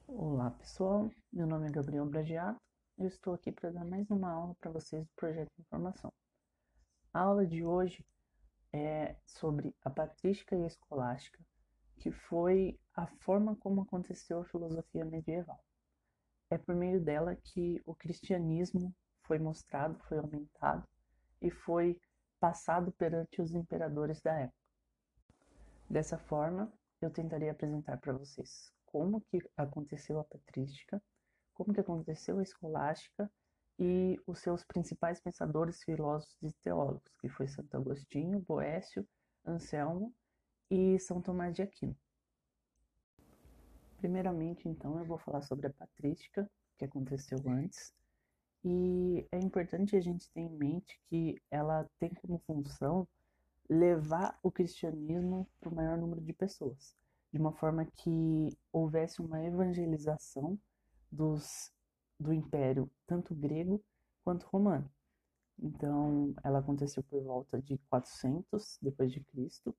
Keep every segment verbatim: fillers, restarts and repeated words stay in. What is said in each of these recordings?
Olá pessoal, meu nome é Gabriel Bragiato. Eu estou aqui para dar mais uma aula para vocês do Projeto de Informação. A aula de hoje é sobre a patrística e a escolástica, que foi a forma como aconteceu a filosofia medieval. É por meio dela que o cristianismo foi mostrado, foi aumentado e foi passado perante os imperadores da época. Dessa forma, eu tentarei apresentar para vocês como que aconteceu a patrística, como que aconteceu a escolástica e os seus principais pensadores, filósofos e teólogos, que foi Santo Agostinho, Boécio, Anselmo e São Tomás de Aquino. Primeiramente, então, eu vou falar sobre a patrística, que aconteceu antes, e é importante a gente ter em mente que ela tem como função levar o cristianismo para o maior número de pessoas, de uma forma que houvesse uma evangelização dos, do império, tanto grego quanto romano. Então, ela aconteceu por volta de quatrocentos depois de Cristo,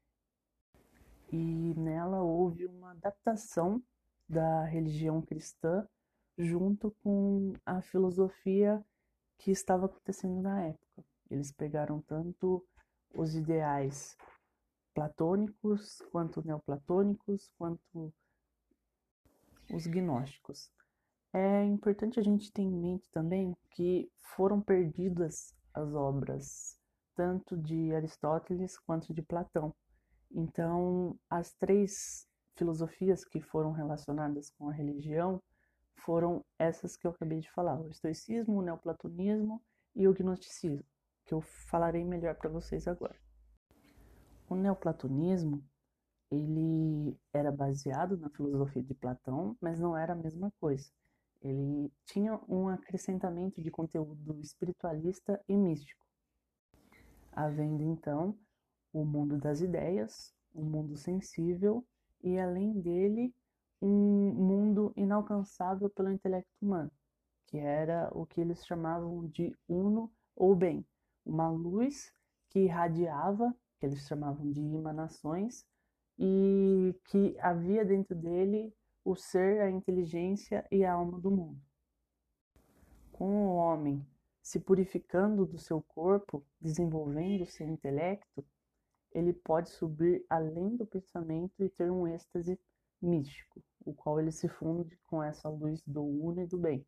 e nela houve uma adaptação da religião cristã junto com a filosofia que estava acontecendo na época. Eles pegaram tanto os ideais platônicos, quanto neoplatônicos, quanto os gnósticos. É importante a gente ter em mente também que foram perdidas as obras tanto de Aristóteles quanto de Platão. Então, as três filosofias que foram relacionadas com a religião foram essas que eu acabei de falar: o estoicismo, o neoplatonismo e o gnosticismo, que eu falarei melhor para vocês agora. O neoplatonismo ele era baseado na filosofia de Platão, mas não era a mesma coisa. Ele tinha um acrescentamento de conteúdo espiritualista e místico, havendo então o mundo das ideias, um mundo sensível e, além dele, um mundo inalcançável pelo intelecto humano, que era o que eles chamavam de uno ou bem, uma luz que irradiava, que eles chamavam de emanações, e que havia dentro dele o ser, a inteligência e a alma do mundo. Com o homem se purificando do seu corpo, desenvolvendo o seu intelecto, ele pode subir além do pensamento e ter um êxtase místico, o qual ele se funde com essa luz do uno e do bem.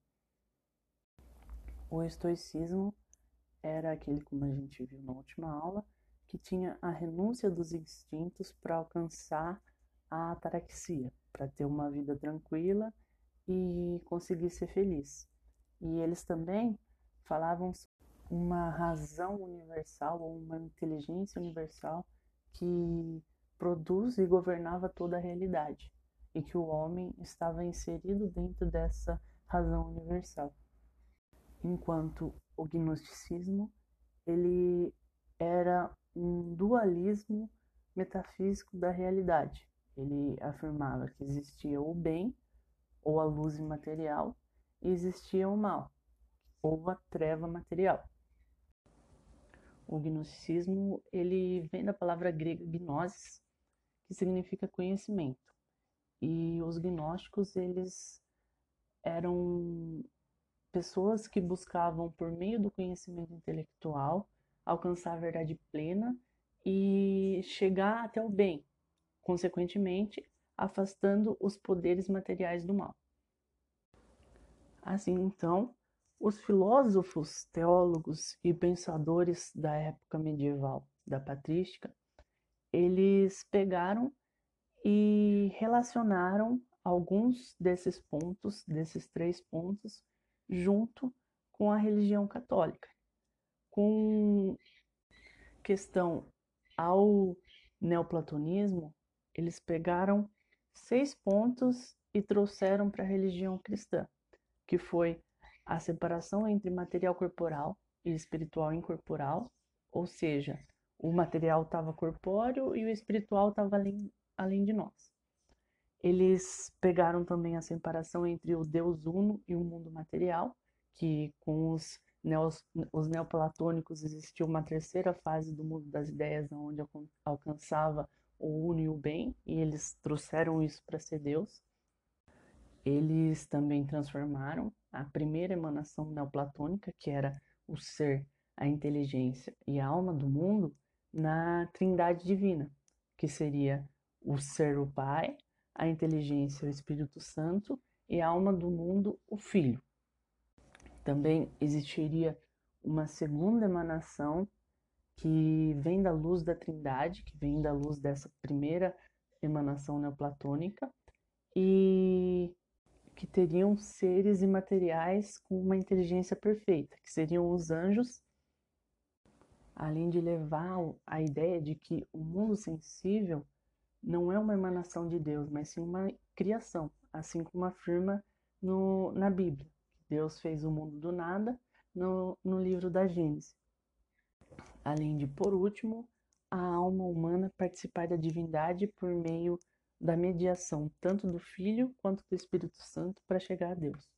O estoicismo era aquele, como a gente viu na última aula, que tinha a renúncia dos instintos para alcançar a ataraxia, para ter uma vida tranquila e conseguir ser feliz. E eles também falavam sobre uma razão universal ou uma inteligência universal que produz e governava toda a realidade, e que o homem estava inserido dentro dessa razão universal. Enquanto o gnosticismo ele era um dualismo metafísico da realidade. Ele afirmava que existia o bem, ou a luz imaterial, e existia o mal, ou a treva material. O gnosticismo ele vem da palavra grega gnosis, que significa conhecimento. E os gnósticos eles eram pessoas que buscavam, por meio do conhecimento intelectual, alcançar a verdade plena e chegar até o bem, consequentemente, afastando os poderes materiais do mal. Assim, então, os filósofos, teólogos e pensadores da época medieval, da patrística, eles pegaram e relacionaram alguns desses pontos, desses três pontos, junto com a religião católica. Com questão ao neoplatonismo, eles pegaram seis pontos e trouxeram para a religião cristã, que foi a separação entre material corporal e espiritual incorporal, ou seja, o material estava corpóreo e o espiritual estava além, além de nós. Eles pegaram também a separação entre o Deus Uno e o mundo material, que com os, neos, os neoplatônicos existia uma terceira fase do mundo das ideias, onde alcançava o Uno e o bem, e eles trouxeram isso para ser Deus. Eles também transformaram a primeira emanação neoplatônica, que era o ser, a inteligência e a alma do mundo, na Trindade Divina, que seria o ser, o Pai, a inteligência, o Espírito Santo e a alma do mundo, o Filho. Também existiria uma segunda emanação que vem da luz da Trindade, que vem da luz dessa primeira emanação neoplatônica, e que teriam seres imateriais com uma inteligência perfeita, que seriam os anjos, além de levar a ideia de que o mundo sensível não é uma emanação de Deus, mas sim uma criação, assim como afirma no, na Bíblia. Deus fez o mundo do nada no, no livro da Gênesis. Além de, por último, a alma humana participar da divindade por meio da mediação tanto do Filho quanto do Espírito Santo para chegar a Deus.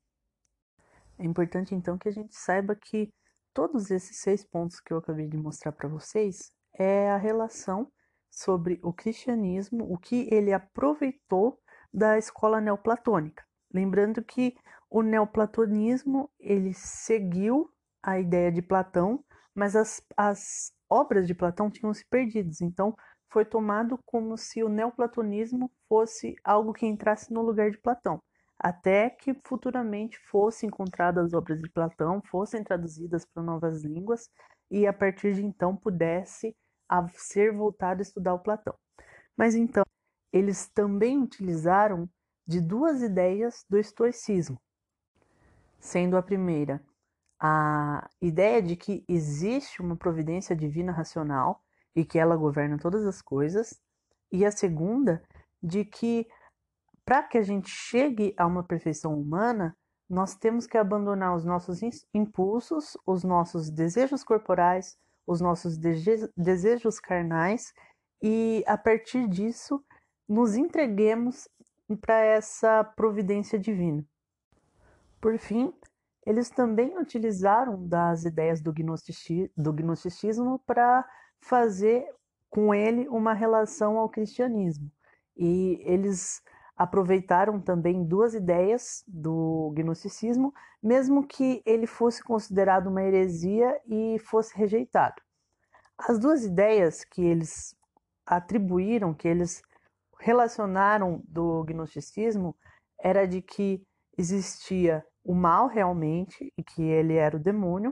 É importante então que a gente saiba que todos esses seis pontos que eu acabei de mostrar para vocês é a relação sobre o cristianismo, o que ele aproveitou da escola neoplatônica. Lembrando que o neoplatonismo ele seguiu a ideia de Platão, mas as, as obras de Platão tinham se perdido. Então foi tomado como se o neoplatonismo fosse algo que entrasse no lugar de Platão, até que futuramente fossem encontradas as obras de Platão, fossem traduzidas para novas línguas e a partir de então pudesse ser voltado a estudar o Platão. Mas então, eles também utilizaram de duas ideias do estoicismo, sendo a primeira a ideia de que existe uma providência divina racional e que ela governa todas as coisas, e a segunda de que para que a gente chegue a uma perfeição humana, nós temos que abandonar os nossos impulsos, os nossos desejos corporais, os nossos desejos carnais e, a partir disso, nos entreguemos para essa providência divina. Por fim, eles também utilizaram das ideias do gnosticismo para fazer com ele uma relação ao cristianismo. E eles aproveitaram também duas ideias do gnosticismo, mesmo que ele fosse considerado uma heresia e fosse rejeitado. As duas ideias que eles atribuíram, que eles relacionaram do gnosticismo, era de que existia o mal realmente, e que ele era o demônio,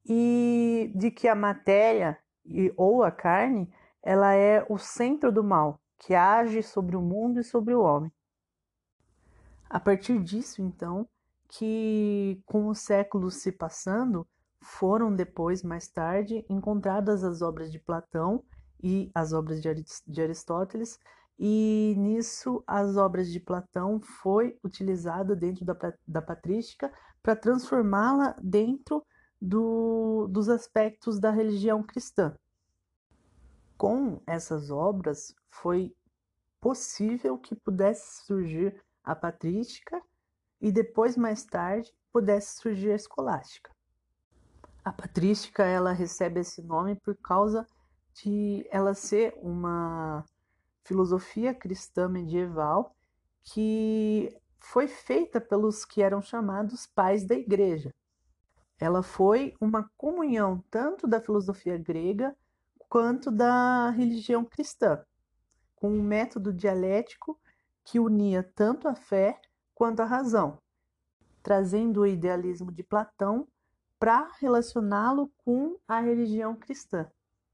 e de que a matéria ou a carne, ela é o centro do mal, que age sobre o mundo e sobre o homem. A partir disso, então, que com os séculos se passando, foram depois, mais tarde, encontradas as obras de Platão e as obras de Aristóteles, e nisso as obras de Platão foi utilizada dentro da, da patrística para transformá-la dentro do, dos aspectos da religião cristã. Com essas obras foi possível que pudesse surgir a patrística e depois, mais tarde, pudesse surgir a escolástica. A patrística ela recebe esse nome por causa de ela ser uma filosofia cristã medieval que foi feita pelos que eram chamados pais da igreja. Ela foi uma comunhão tanto da filosofia grega quanto da religião cristã, com um método dialético que unia tanto a fé quanto a razão, trazendo o idealismo de Platão para relacioná-lo com a religião cristã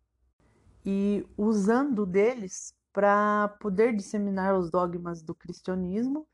e usando deles para poder disseminar os dogmas do cristianismo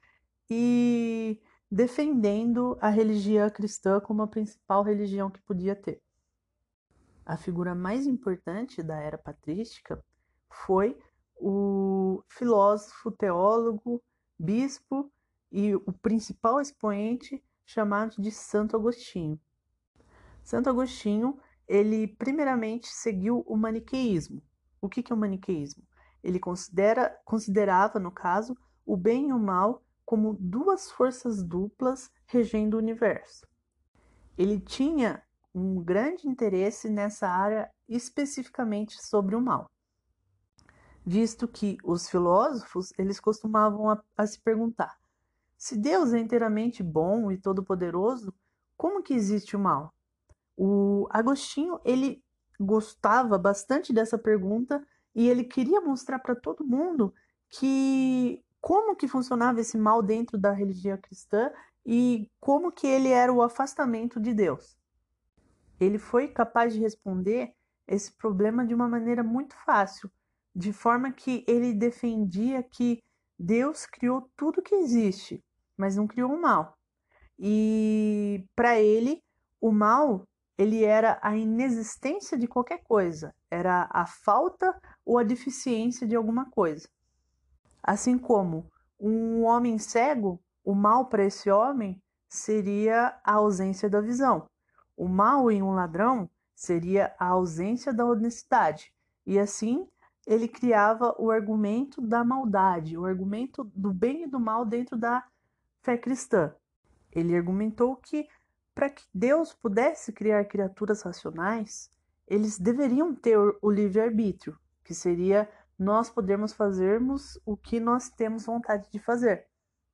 e defendendo a religião cristã como a principal religião que podia ter. A figura mais importante da era patrística foi o filósofo, teólogo, bispo e o principal expoente chamado de Santo Agostinho. Santo Agostinho, ele primeiramente seguiu o maniqueísmo. O que é o maniqueísmo? Ele considera, considerava, no caso, o bem e o mal como duas forças duplas regendo o universo. Ele tinha um grande interesse nessa área especificamente sobre o mal, visto que os filósofos eles costumavam a, a se perguntar: Se Deus é inteiramente bom e todo-poderoso, como que existe o mal? O Agostinho, ele gostava bastante dessa pergunta e ele queria mostrar para todo mundo que como que funcionava esse mal dentro da religião cristã e como que ele era o afastamento de Deus. Ele foi capaz de responder esse problema de uma maneira muito fácil, de forma que ele defendia que Deus criou tudo que existe, mas não criou o mal. E para ele, o mal, ele era a inexistência de qualquer coisa, era a falta ou a deficiência de alguma coisa. Assim como um homem cego, o mal para esse homem seria a ausência da visão. O mal em um ladrão seria a ausência da honestidade. E assim ele criava o argumento da maldade, o argumento do bem e do mal dentro da fé cristã. Ele argumentou que para que Deus pudesse criar criaturas racionais, eles deveriam ter o livre-arbítrio, que seria nós podermos fazermos o que nós temos vontade de fazer.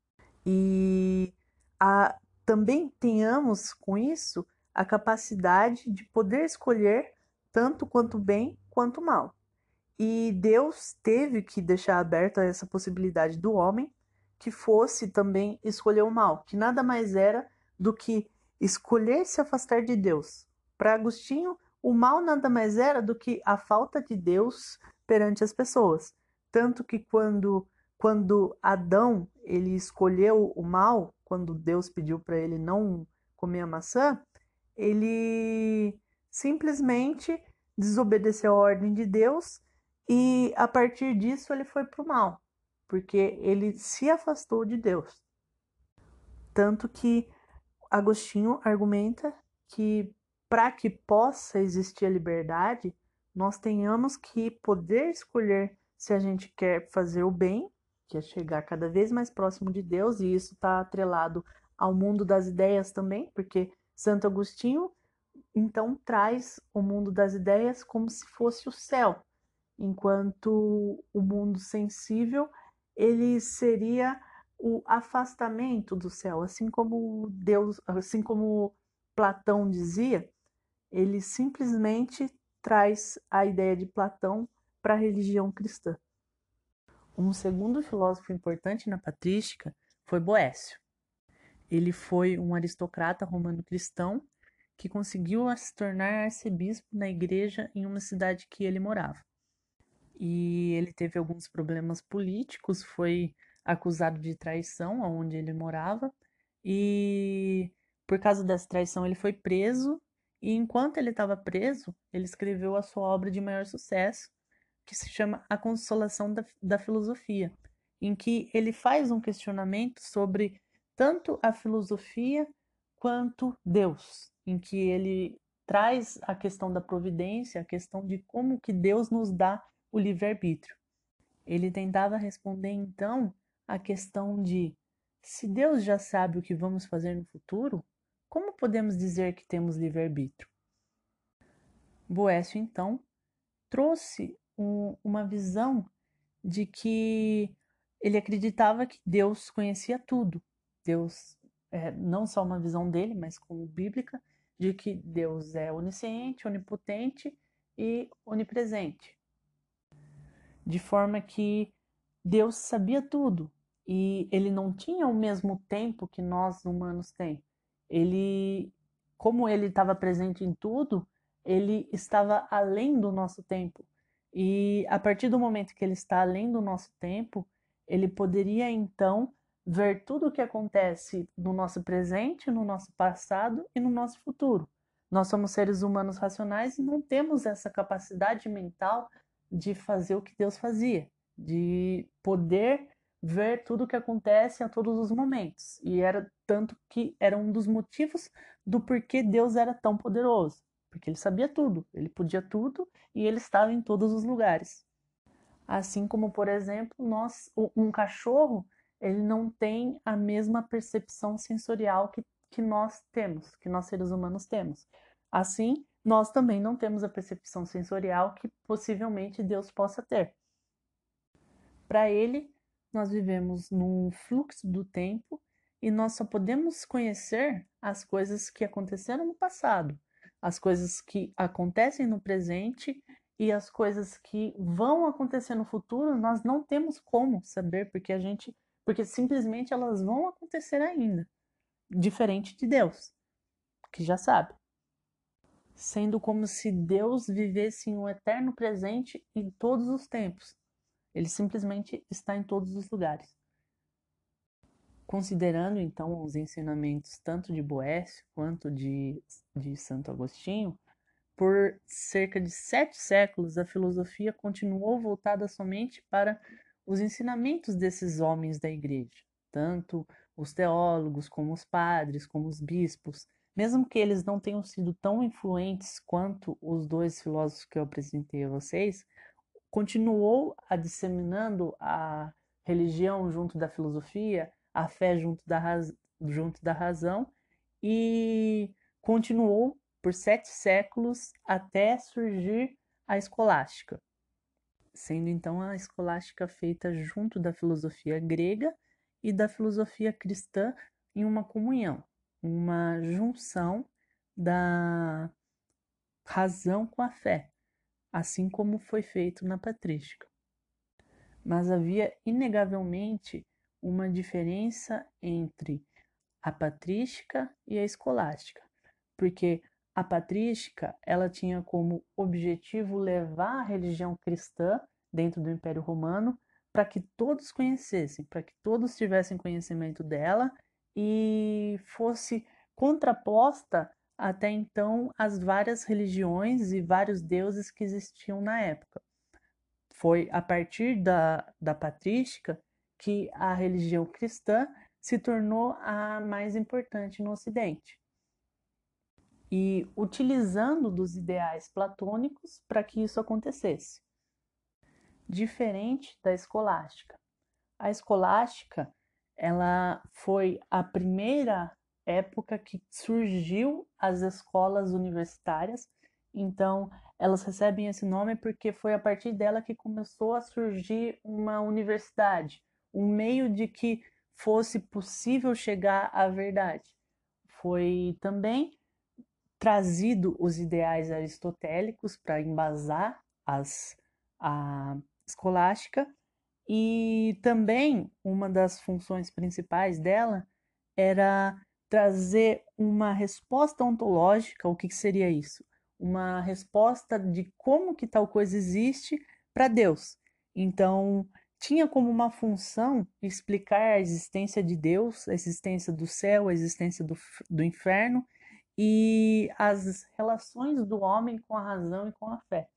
E a, também tenhamos com isso a capacidade de poder escolher tanto quanto bem quanto mal. E Deus teve que deixar aberta essa possibilidade do homem que fosse também escolher o mal, que nada mais era do que escolher se afastar de Deus. Para Agostinho, o mal nada mais era do que a falta de Deus perante as pessoas. Tanto que quando, quando Adão ele escolheu o mal, quando Deus pediu para ele não comer a maçã, ele simplesmente desobedeceu a ordem de Deus e a partir disso ele foi para o mal, porque ele se afastou de Deus. Tanto que Agostinho argumenta que para que possa existir a liberdade, nós tenhamos que poder escolher se a gente quer fazer o bem, que é chegar cada vez mais próximo de Deus, e isso está atrelado ao mundo das ideias também, porque Santo Agostinho então traz o mundo das ideias como se fosse o céu, enquanto o mundo sensível ele seria o afastamento do céu, assim como Deus, assim como Platão dizia, ele simplesmente traz a ideia de Platão para a religião cristã. Um segundo filósofo importante na patrística foi Boécio. Ele foi um aristocrata romano cristão que conseguiu se tornar arcebispo na igreja em uma cidade que ele morava. E ele teve alguns problemas políticos, foi acusado de traição onde ele morava, e por causa dessa traição ele foi preso, e enquanto ele estava preso, ele escreveu a sua obra de maior sucesso, que se chama A Consolação da, da Filosofia, em que ele faz um questionamento sobre tanto a filosofia quanto Deus, em que ele traz a questão da providência, a questão de como que Deus nos dá o livre-arbítrio. Ele tentava responder então a questão de se Deus já sabe o que vamos fazer no futuro, como podemos dizer que temos livre-arbítrio? Boécio então trouxe um, uma visão de que ele acreditava que Deus conhecia tudo. Deus, é, não só uma visão dele, mas como bíblica, de que Deus é onisciente, onipotente e onipresente. De forma que Deus sabia tudo e ele não tinha o mesmo tempo que nós humanos temos. Ele, como ele estava presente em tudo, ele estava além do nosso tempo. E a partir do momento que ele está além do nosso tempo, ele poderia então ver tudo o que acontece no nosso presente, no nosso passado e no nosso futuro. Nós somos seres humanos racionais e não temos essa capacidade mental de fazer o que Deus fazia, de poder ver tudo o que acontece a todos os momentos. E era tanto que era um dos motivos do porquê Deus era tão poderoso, porque ele sabia tudo, ele podia tudo e ele estava em todos os lugares. Assim como, por exemplo, nós, um cachorro, ele não tem a mesma percepção sensorial que, que nós temos, que nós seres humanos temos. Assim, nós também não temos a percepção sensorial que possivelmente Deus possa ter. Para ele, nós vivemos num fluxo do tempo e nós só podemos conhecer as coisas que aconteceram no passado, as coisas que acontecem no presente e as coisas que vão acontecer no futuro, nós não temos como saber, porque a gente, porque simplesmente elas vão acontecer ainda, diferente de Deus, que já sabe. Sendo como se Deus vivesse em um eterno presente em todos os tempos. Ele simplesmente está em todos os lugares. Considerando então os ensinamentos tanto de Boécio quanto de, de Santo Agostinho, por cerca de sete séculos a filosofia continuou voltada somente para os ensinamentos desses homens da igreja, tanto os teólogos como os padres, como os bispos, mesmo que eles não tenham sido tão influentes quanto os dois filósofos que eu apresentei a vocês, continuou a disseminando a religião junto da filosofia, a fé junto da, raz... junto da razão, e continuou por sete séculos até surgir a escolástica, sendo então a escolástica feita junto da filosofia grega e da filosofia cristã em uma comunhão, uma junção da razão com a fé, assim como foi feito na patrística. Mas havia inegavelmente uma diferença entre a patrística e a escolástica, porque a patrística ela tinha como objetivo levar a religião cristã dentro do Império Romano para que todos conhecessem, para que todos tivessem conhecimento dela e fosse contraposta até então às várias religiões e vários deuses que existiam na época. Foi a partir da, da patrística que a religião cristã se tornou a mais importante no Ocidente. E utilizando dos ideais platônicos para que isso acontecesse. Diferente da escolástica. A escolástica, ela foi a primeira época que surgiu as escolas universitárias, então elas recebem esse nome porque foi a partir dela que começou a surgir uma universidade, um meio de que fosse possível chegar à verdade. Foi também trazido os ideais aristotélicos para embasar as, a escolástica, e também uma das funções principais dela era trazer uma resposta ontológica. O que, que seria isso? Uma resposta de como que tal coisa existe para Deus. Então, tinha como uma função explicar a existência de Deus, a existência do céu, a existência do, do inferno e as relações do homem com a razão e com a fé.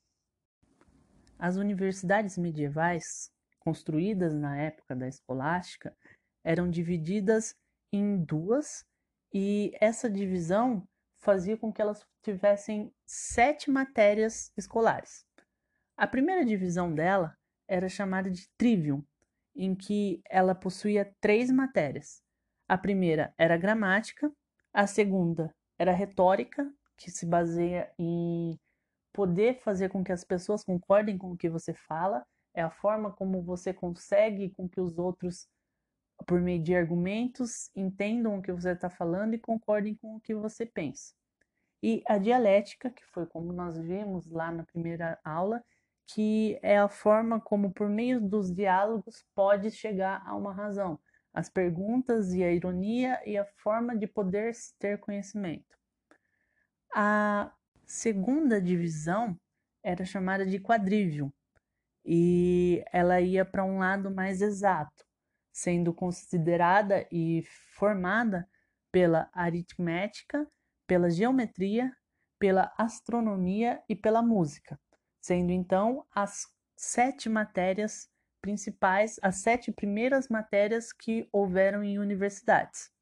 As universidades medievais, construídas na época da escolástica, eram divididas em duas, e essa divisão fazia com que elas tivessem sete matérias escolares. A primeira divisão dela era chamada de trivium, em que ela possuía três matérias. A primeira era gramática, a segunda era retórica, que se baseia em poder fazer com que as pessoas concordem com o que você fala, é a forma como você consegue com que os outros, por meio de argumentos, entendam o que você está falando e concordem com o que você pensa. E a dialética, que foi como nós vimos lá na primeira aula, que é a forma como, por meio dos diálogos, pode chegar a uma razão. As perguntas e a ironia e a forma de poder ter conhecimento. A segunda divisão era chamada de quadrivium, e ela ia para um lado mais exato, sendo considerada e formada pela aritmética, pela geometria, pela astronomia e pela música, sendo então as sete matérias principais, as sete primeiras matérias que houveram em universidades.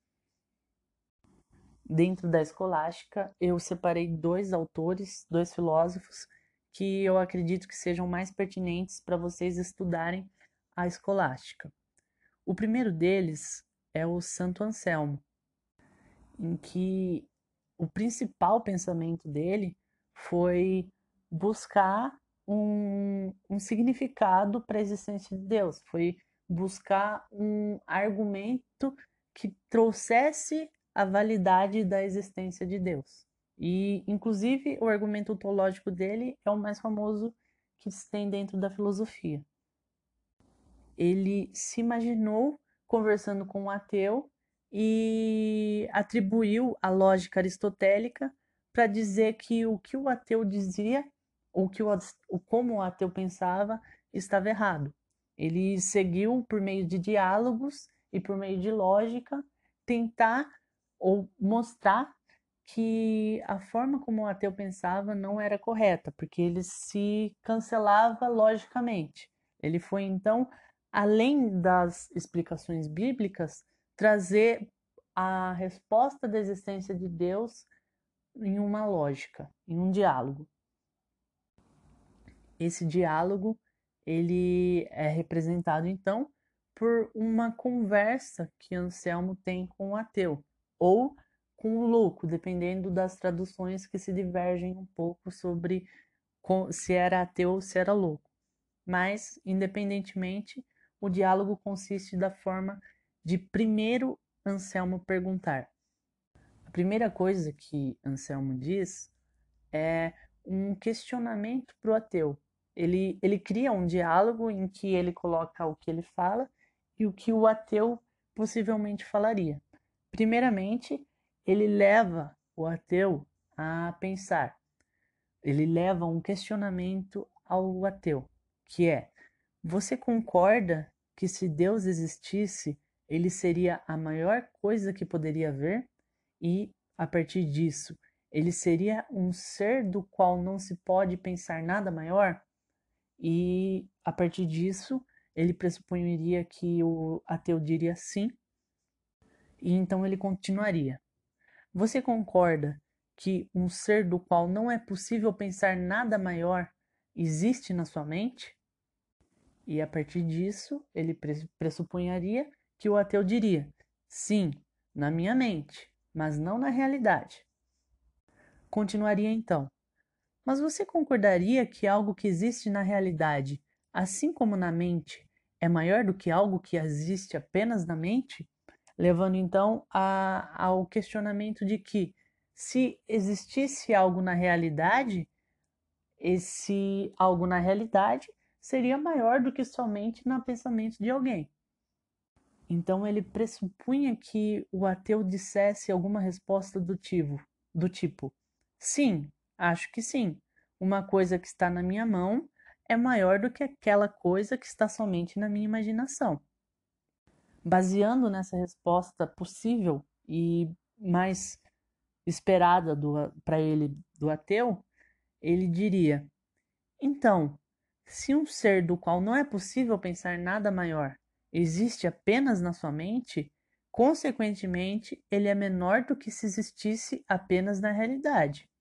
Dentro da escolástica, eu separei dois autores, dois filósofos, que eu acredito que sejam mais pertinentes para vocês estudarem a escolástica. O primeiro deles é o Santo Anselmo, em que o principal pensamento dele foi buscar um, um significado para a existência de Deus, foi buscar um argumento que trouxesse a validade da existência de Deus. E, inclusive, o argumento ontológico dele é o mais famoso que se tem dentro da filosofia. Ele se imaginou conversando com um ateu e atribuiu a lógica aristotélica para dizer que o que o ateu dizia, ou que o, o como o ateu pensava, estava errado. Ele seguiu por meio de diálogos e por meio de lógica tentar ou mostrar que a forma como o ateu pensava não era correta, porque ele se cancelava logicamente. Ele foi então, além das explicações bíblicas, trazer a resposta da existência de Deus em uma lógica, em um diálogo. Esse diálogo ele é representado então por uma conversa que Anselmo tem com o ateu ou com o louco, dependendo das traduções que se divergem um pouco sobre se era ateu ou se era louco. Mas, independentemente, o diálogo consiste da forma de primeiro Anselmo perguntar. A primeira coisa que Anselmo diz é um questionamento para o ateu. Ele, ele cria um diálogo em que ele coloca o que ele fala e o que o ateu possivelmente falaria. Primeiramente, ele leva o ateu a pensar. Ele leva um questionamento ao ateu, que é: você concorda que se Deus existisse, ele seria a maior coisa que poderia haver? E, a partir disso, ele seria um ser do qual não se pode pensar nada maior? E, a partir disso, ele pressupunharia que o ateu diria sim, e então ele continuaria: você concorda que um ser do qual não é possível pensar nada maior existe na sua mente? E a partir disso, ele pressupunharia que o ateu diria: sim, na minha mente, mas não na realidade. Continuaria então: mas você concordaria que algo que existe na realidade, assim como na mente, é maior do que algo que existe apenas na mente? Levando então a, ao questionamento de que, se existisse algo na realidade, esse algo na realidade seria maior do que somente no pensamento de alguém. Então ele pressupunha que o ateu dissesse alguma resposta do tipo, do tipo: sim, acho que sim. Uma coisa que está na minha mão é maior do que aquela coisa que está somente na minha imaginação. Baseando nessa resposta possível e mais esperada para ele do ateu, ele diria: então, se um ser do qual não é possível pensar nada maior existe apenas na sua mente, consequentemente, ele é menor do que se existisse apenas na realidade.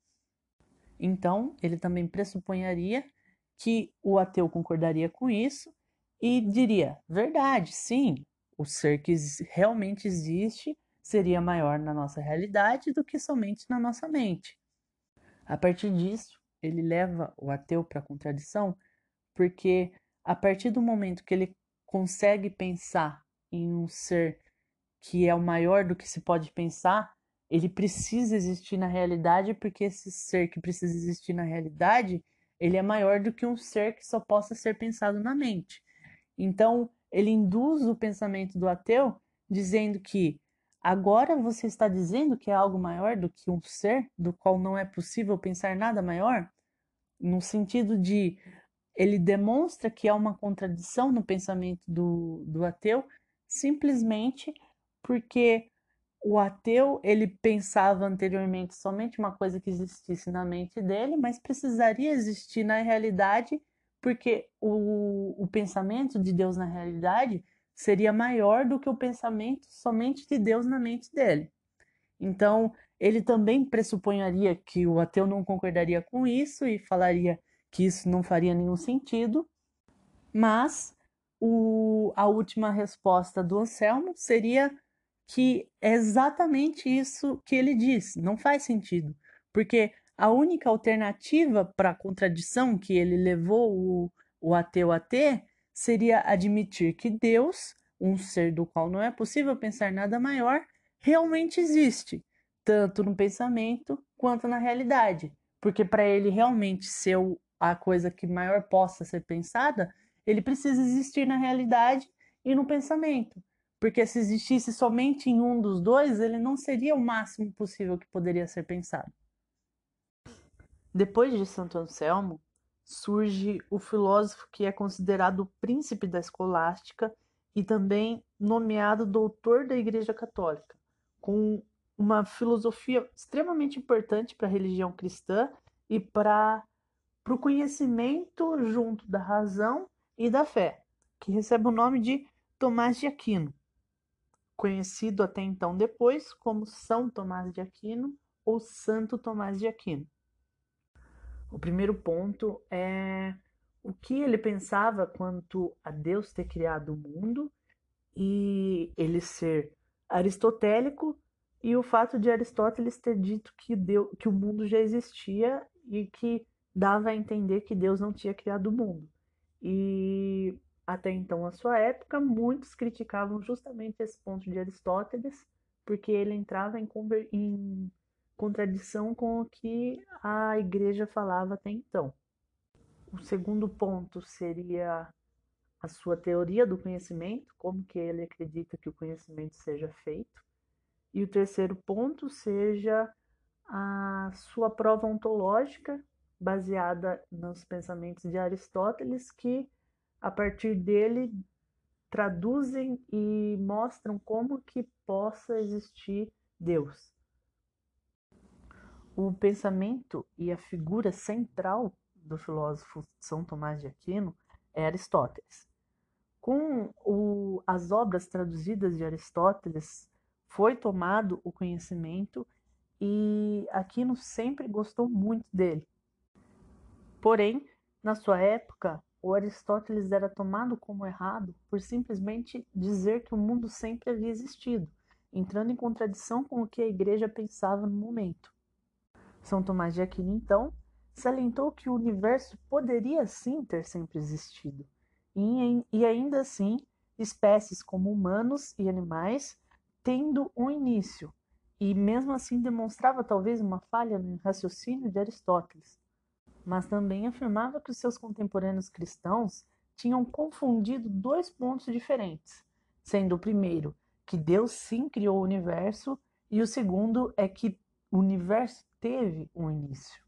Então, ele também pressupunharia que o ateu concordaria com isso e diria: verdade, sim, o ser que realmente existe seria maior na nossa realidade do que somente na nossa mente. A partir disso, ele leva o ateu para a contradição, porque a partir do momento que ele consegue pensar em um ser que é o maior do que se pode pensar, ele precisa existir na realidade, porque esse ser que precisa existir na realidade, ele é maior do que um ser que só possa ser pensado na mente. Então, ele induz o pensamento do ateu, dizendo que agora você está dizendo que é algo maior do que um ser, do qual não é possível pensar nada maior? No sentido de, ele demonstra que há uma contradição no pensamento do, do ateu, simplesmente porque o ateu ele pensava anteriormente somente uma coisa que existisse na mente dele, mas precisaria existir na realidade, porque o, o pensamento de Deus na realidade seria maior do que o pensamento somente de Deus na mente dele. Então, ele também pressuponharia que o ateu não concordaria com isso e falaria que isso não faria nenhum sentido, mas o, a última resposta do Anselmo seria que é exatamente isso que ele diz, não faz sentido, porque a única alternativa para a contradição que ele levou o, o ateu a ter seria admitir que Deus um ser do qual não é possível pensar nada maior, realmente existe, tanto no pensamento quanto na realidade. Porque para ele realmente ser a coisa que maior possa ser pensada, ele precisa existir na realidade e no pensamento. Porque se existisse somente em um dos dois, ele não seria o máximo possível que poderia ser pensado. Depois de Santo Anselmo, surge o filósofo que é considerado o príncipe da escolástica e também nomeado doutor da Igreja Católica, com uma filosofia extremamente importante para a religião cristã e para o conhecimento junto da razão e da fé, que recebe o nome de Tomás de Aquino, conhecido até então depois como São Tomás de Aquino ou Santo Tomás de Aquino. O primeiro ponto é o que ele pensava quanto a Deus ter criado o mundo e ele ser aristotélico e o fato de Aristóteles ter dito que, Deus, que o mundo já existia e que dava a entender que Deus não tinha criado o mundo. E até então, a sua época, muitos criticavam justamente esse ponto de Aristóteles, porque ele entrava em, conver... em contradição com o que a igreja falava até então. O segundo ponto seria a sua teoria do conhecimento, como que ele acredita que o conhecimento seja feito. E o terceiro ponto seja a sua prova ontológica, baseada nos pensamentos de Aristóteles, que a partir dele traduzem e mostram como que possa existir Deus. O pensamento e a figura central do filósofo São Tomás de Aquino é Aristóteles. Com o, as obras traduzidas de Aristóteles, foi tomado o conhecimento e Aquino sempre gostou muito dele. Porém, na sua época, o Aristóteles era tomado como errado por simplesmente dizer que o mundo sempre havia existido, entrando em contradição com o que a igreja pensava no momento. São Tomás de Aquino, então, salientou que o universo poderia sim ter sempre existido, e, e ainda assim, espécies como humanos e animais tendo um início, e mesmo assim demonstrava talvez uma falha no raciocínio de Aristóteles. Mas também afirmava que os seus contemporâneos cristãos tinham confundido dois pontos diferentes, sendo o primeiro que Deus sim criou o universo, e o segundo é que o universo teve um início.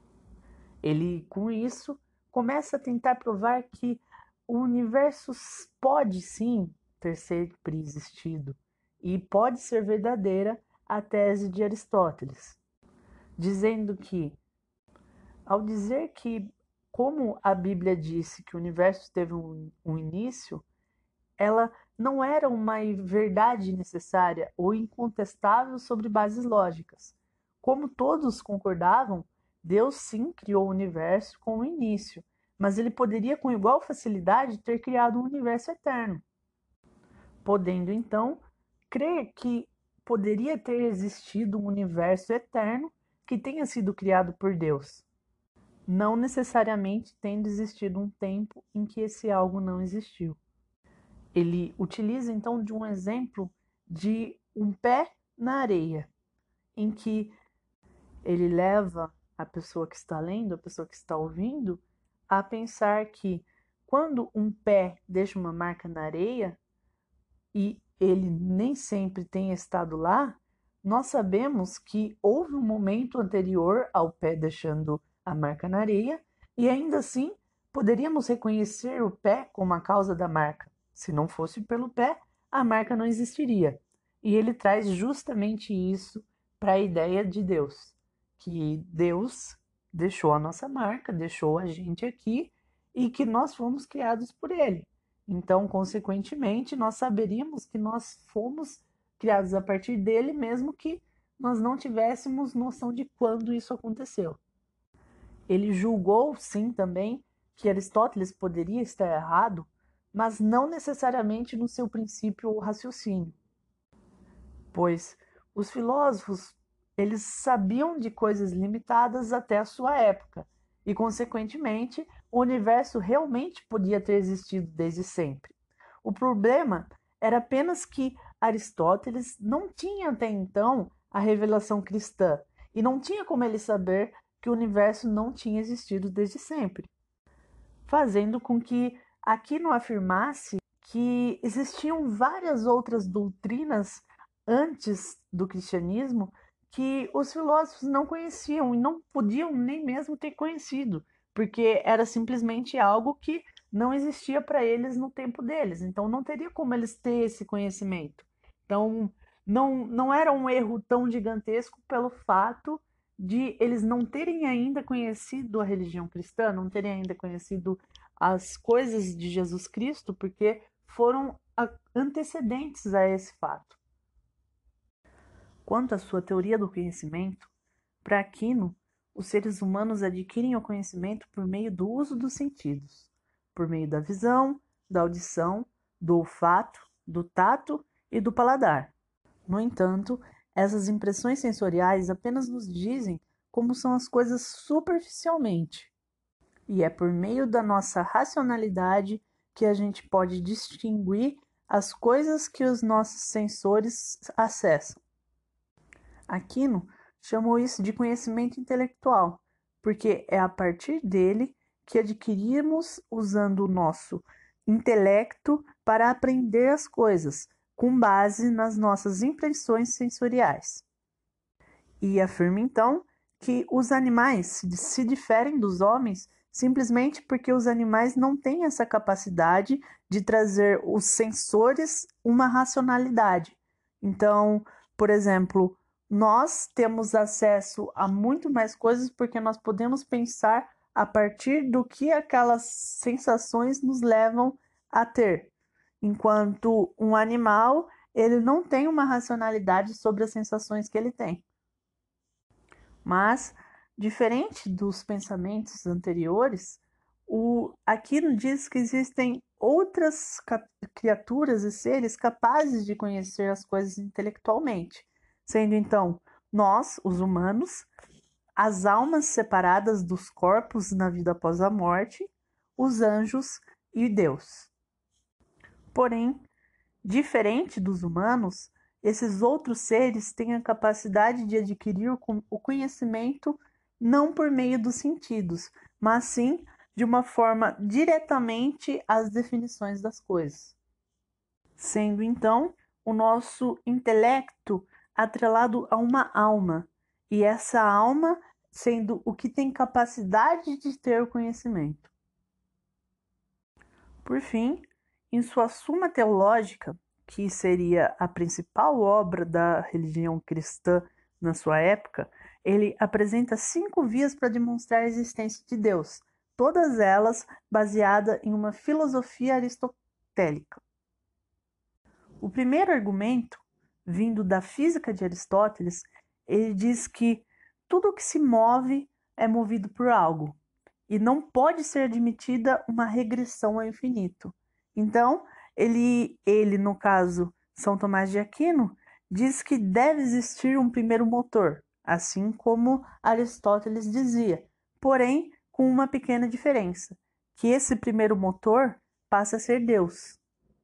Ele, com isso, começa a tentar provar que o universo pode sim ter sempre existido e pode ser verdadeira a tese de Aristóteles, dizendo que, ao dizer que, como a Bíblia disse que o universo teve um, um início, ela não era uma verdade necessária ou incontestável sobre bases lógicas. Como todos concordavam, Deus sim criou o universo com um início, mas ele poderia com igual facilidade ter criado um universo eterno, podendo então crer que poderia ter existido um universo eterno que tenha sido criado por Deus, não necessariamente tendo existido um tempo em que esse algo não existiu. Ele utiliza então de um exemplo de um pé na areia, em que ele leva a pessoa que está lendo, a pessoa que está ouvindo, a pensar que quando um pé deixa uma marca na areia e ele nem sempre tem estado lá, nós sabemos que houve um momento anterior ao pé deixando a marca na areia e ainda assim poderíamos reconhecer o pé como a causa da marca. Se não fosse pelo pé, a marca não existiria. E ele traz justamente isso para a ideia de Deus, que Deus deixou a nossa marca, deixou a gente aqui e que nós fomos criados por ele. Então, consequentemente, nós saberíamos que nós fomos criados a partir dele, mesmo que nós não tivéssemos noção de quando isso aconteceu. Ele julgou, sim, também que Aristóteles poderia estar errado, mas não necessariamente no seu princípio ou raciocínio, pois os filósofos eles sabiam de coisas limitadas até a sua época e, consequentemente, o universo realmente podia ter existido desde sempre. O problema era apenas que Aristóteles não tinha até então a revelação cristã e não tinha como ele saber que o universo não tinha existido desde sempre, fazendo com que Aquino afirmasse que existiam várias outras doutrinas antes do cristianismo que os filósofos não conheciam e não podiam nem mesmo ter conhecido, porque era simplesmente algo que não existia para eles no tempo deles, então não teria como eles ter esse conhecimento. Então, não, não era um erro tão gigantesco pelo fato de eles não terem ainda conhecido a religião cristã, não terem ainda conhecido as coisas de Jesus Cristo, porque foram antecedentes a esse fato. Quanto à sua teoria do conhecimento, para Aquino, os seres humanos adquirem o conhecimento por meio do uso dos sentidos, por meio da visão, da audição, do olfato, do tato e do paladar. No entanto, essas impressões sensoriais apenas nos dizem como são as coisas superficialmente. E é por meio da nossa racionalidade que a gente pode distinguir as coisas que os nossos sensores acessam. Aquino chamou isso de conhecimento intelectual, porque é a partir dele que adquirimos usando o nosso intelecto para aprender as coisas, com base nas nossas impressões sensoriais. E afirma então que os animais se diferem dos homens simplesmente porque os animais não têm essa capacidade de trazer os sensores uma racionalidade. Então, por exemplo, nós temos acesso a muito mais coisas porque nós podemos pensar a partir do que aquelas sensações nos levam a ter. Enquanto um animal, ele não tem uma racionalidade sobre as sensações que ele tem. Mas, diferente dos pensamentos anteriores, o Aquino diz que existem outras criaturas e seres capazes de conhecer as coisas intelectualmente, sendo então nós, os humanos, as almas separadas dos corpos na vida após a morte, os anjos e Deus. Porém, diferente dos humanos, esses outros seres têm a capacidade de adquirir o conhecimento não por meio dos sentidos, mas sim de uma forma diretamente às definições das coisas. Sendo então o nosso intelecto atrelado a uma alma, e essa alma sendo o que tem capacidade de ter o conhecimento. Por fim, em sua Suma Teológica, que seria a principal obra da religião cristã na sua época, ele apresenta cinco vias para demonstrar a existência de Deus, todas elas baseadas em uma filosofia aristotélica. O primeiro argumento, vindo da física de Aristóteles, ele diz que tudo que se move é movido por algo, e não pode ser admitida uma regressão ao infinito. Então, ele, ele, no caso, São Tomás de Aquino, diz que deve existir um primeiro motor, assim como Aristóteles dizia, porém com uma pequena diferença, que esse primeiro motor passa a ser Deus.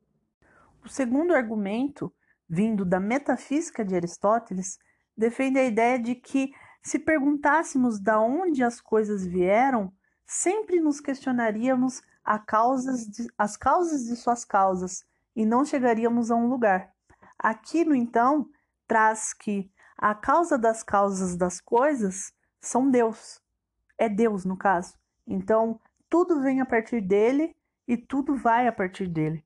O segundo argumento, vindo da metafísica de Aristóteles, defende a ideia de que, se perguntássemos de onde as coisas vieram, sempre nos questionaríamos a causas de, as causas de suas causas e não chegaríamos a um lugar. Aquino, então, traz que a causa das causas das coisas são Deus. É Deus, no caso. Então, tudo vem a partir dele e tudo vai a partir dele.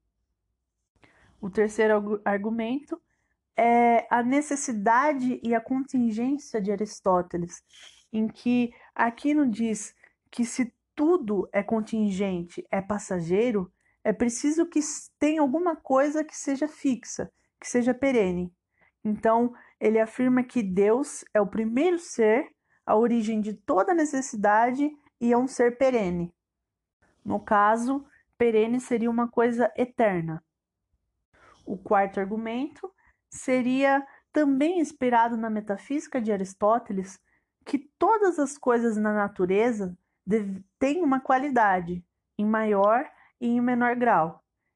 O terceiro argumento é a necessidade e a contingência de Aristóteles, em que Aquino diz que se tudo é contingente, é passageiro, é preciso que tenha alguma coisa que seja fixa, que seja perene. Então, ele afirma que Deus é o primeiro ser, a origem de toda necessidade e é um ser perene. No caso, perene seria uma coisa eterna. O quarto argumento seria também inspirado na metafísica de Aristóteles, que todas as coisas na natureza têm uma qualidade, em maior e em menor grau.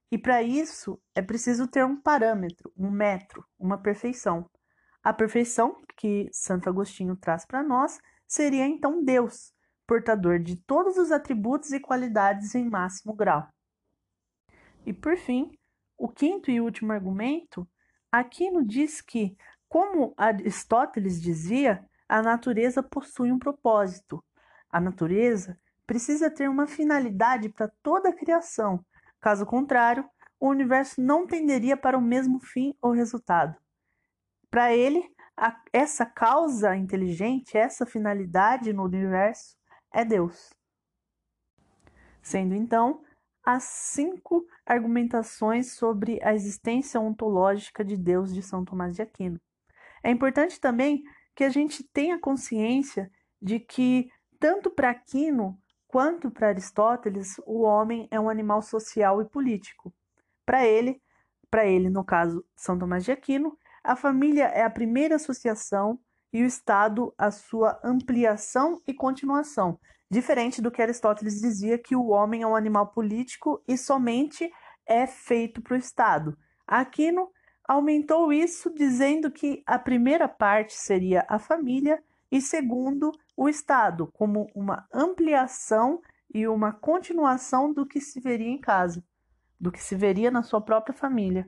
E para isso é preciso ter um parâmetro, um metro, uma perfeição. A perfeição que Santo Agostinho traz para nós seria então Deus, portador de todos os atributos e qualidades em máximo grau. E por fim, o quinto e último argumento, Aquino diz que, como Aristóteles dizia, a natureza possui um propósito. A natureza precisa ter uma finalidade para toda a criação. Caso contrário, o universo não tenderia para o mesmo fim ou resultado. Para ele, a, essa causa inteligente, essa finalidade no universo é Deus. Sendo então as cinco argumentações sobre a existência ontológica de Deus de São Tomás de Aquino. É importante também que a gente tenha consciência de que, tanto para Aquino quanto para Aristóteles, o homem é um animal social e político. Para ele, para ele, no caso São Tomás de Aquino, a família é a primeira associação e o Estado a sua ampliação e continuação, diferente do que Aristóteles dizia, que o homem é um animal político e somente é feito para o Estado. Aquino aumentou isso dizendo que a primeira parte seria a família e segundo o Estado, como uma ampliação e uma continuação do que se veria em casa, do que se veria na sua própria família.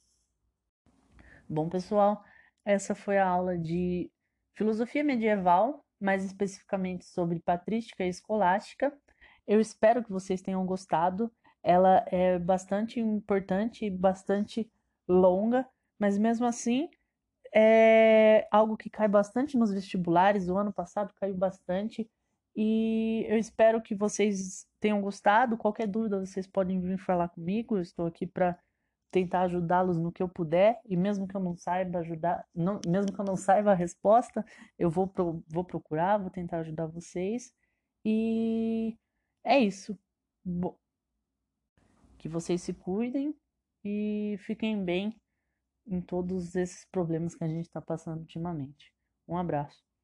Bom, pessoal, essa foi a aula de filosofia medieval, mais especificamente sobre patrística e escolástica. Eu espero que vocês tenham gostado. Ela é bastante importante e bastante longa, mas mesmo assim é algo que cai bastante nos vestibulares. O ano passado caiu bastante e eu espero que vocês tenham gostado. Qualquer dúvida, vocês podem vir falar comigo. Eu estou aqui para tentar ajudá-los no que eu puder, e mesmo que eu não saiba ajudar, não, mesmo que eu não saiba a resposta, eu vou, pro, vou procurar, vou tentar ajudar vocês. E é isso. Bo- que vocês se cuidem e fiquem bem em todos esses problemas que a gente está passando ultimamente. Um abraço.